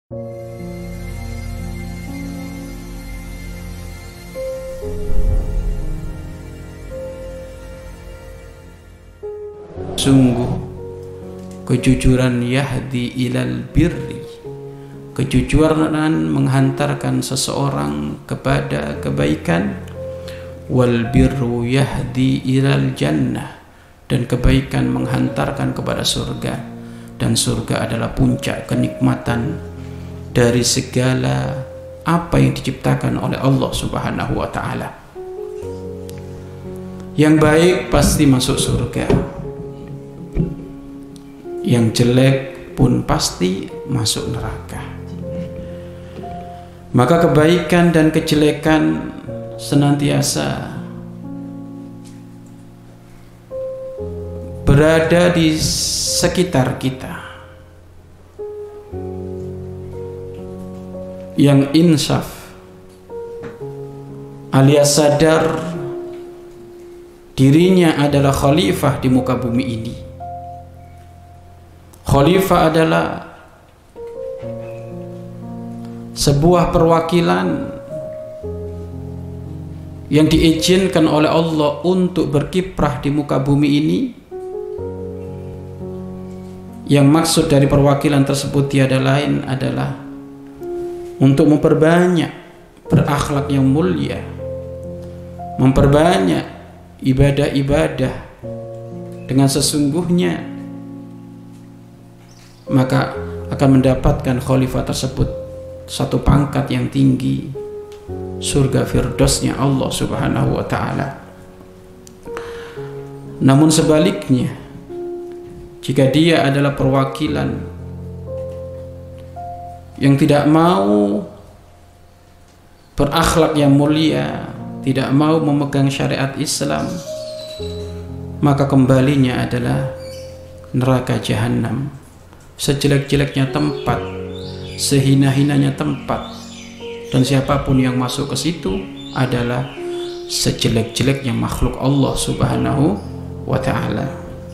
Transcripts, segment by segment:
Sungguh kejujuran yahdi ilal birri, kejujuran menghantarkan seseorang kepada kebaikan. Wal birru yahdi ilal jannah, dan kebaikan menghantarkan kepada surga, dan surga adalah puncak kenikmatan dari segala apa yang diciptakan oleh Allah Subhanahu wa ta'ala. Yang baik pasti masuk surga, yang jelek pun pasti masuk neraka. Maka kebaikan dan kejelekan senantiasa berada di sekitar kita. Yang insaf alias sadar dirinya adalah khalifah di muka bumi ini. Khalifah adalah sebuah perwakilan yang diizinkan oleh Allah untuk berkiprah di muka bumi ini. Yang maksud dari perwakilan tersebut tiada lain adalah untuk memperbanyak berakhlak yang mulia, memperbanyak ibadah-ibadah dengan sesungguhnya, maka akan mendapatkan khalifah tersebut satu pangkat yang tinggi, surga firdausnya Allah Subhanahu wa ta'ala. Namun sebaliknya, jika dia adalah perwakilan yang tidak mau berakhlak yang mulia, tidak mau memegang syariat Islam, maka kembalinya adalah neraka jahanam, sejelek-jeleknya tempat, sehina-hinanya tempat, dan siapapun yang masuk ke situ adalah sejelek-jeleknya makhluk Allah Subhanahu wa ta'ala.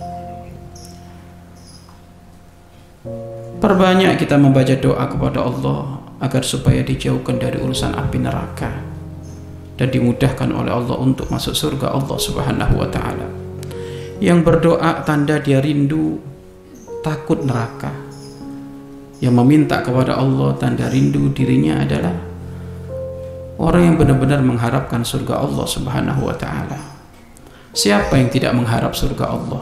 Perbanyak kita membaca doa kepada Allah agar supaya dijauhkan dari urusan api neraka dan dimudahkan oleh Allah untuk masuk surga Allah Subhanahu wa ta'ala. Yang berdoa tanda dia rindu takut neraka. Yang meminta kepada Allah tanda rindu dirinya adalah orang yang benar-benar mengharapkan surga Allah Subhanahu wa ta'ala. Siapa yang tidak mengharap surga Allah?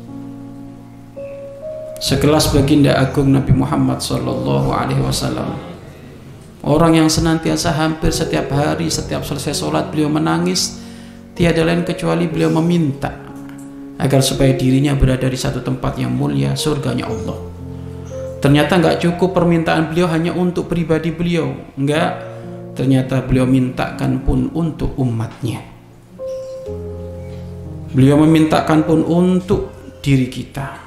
Sekelas baginda agung Nabi Muhammad sallallahu alaihi wasallam, orang yang senantiasa hampir setiap hari, setiap selesai sholat beliau menangis, tiada lain kecuali beliau meminta agar supaya dirinya berada di satu tempat yang mulia, surganya Allah. Ternyata nggak cukup permintaan beliau hanya untuk pribadi beliau, enggak, ternyata beliau mintakan pun untuk umatnya. Beliau memintakan pun untuk diri kita.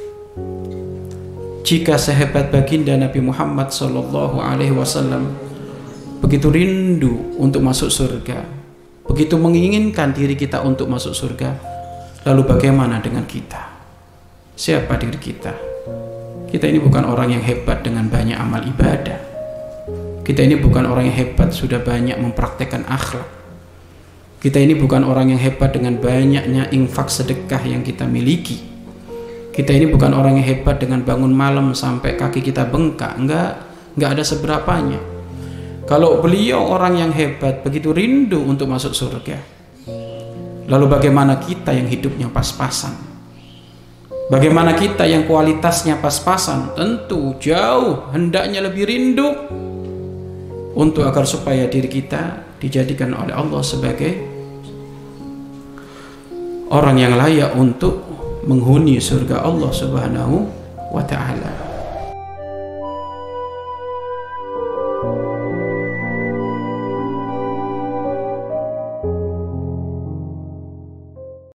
Jika sehebat baginda Nabi Muhammad sallallahu alaihi wasallam begitu rindu untuk masuk surga, begitu menginginkan diri kita untuk masuk surga, lalu bagaimana dengan kita? Siapa diri kita? Kita ini bukan orang yang hebat dengan banyak amal ibadah. Kita ini bukan orang yang hebat sudah banyak mempraktekkan akhlak. Kita ini bukan orang yang hebat dengan banyaknya infak sedekah yang kita miliki. Kita ini bukan orang yang hebat dengan bangun malam sampai kaki kita bengkak. Enggak ada seberapanya. Kalau beliau orang yang hebat, begitu rindu untuk masuk surga, lalu bagaimana kita yang hidupnya pas-pasan? Bagaimana kita yang kualitasnya pas-pasan? Tentu jauh hendaknya lebih rindu untuk agar supaya diri kita dijadikan oleh Allah sebagai orang yang layak untuk menghuni surga Allah Subhanahu wa ta'ala.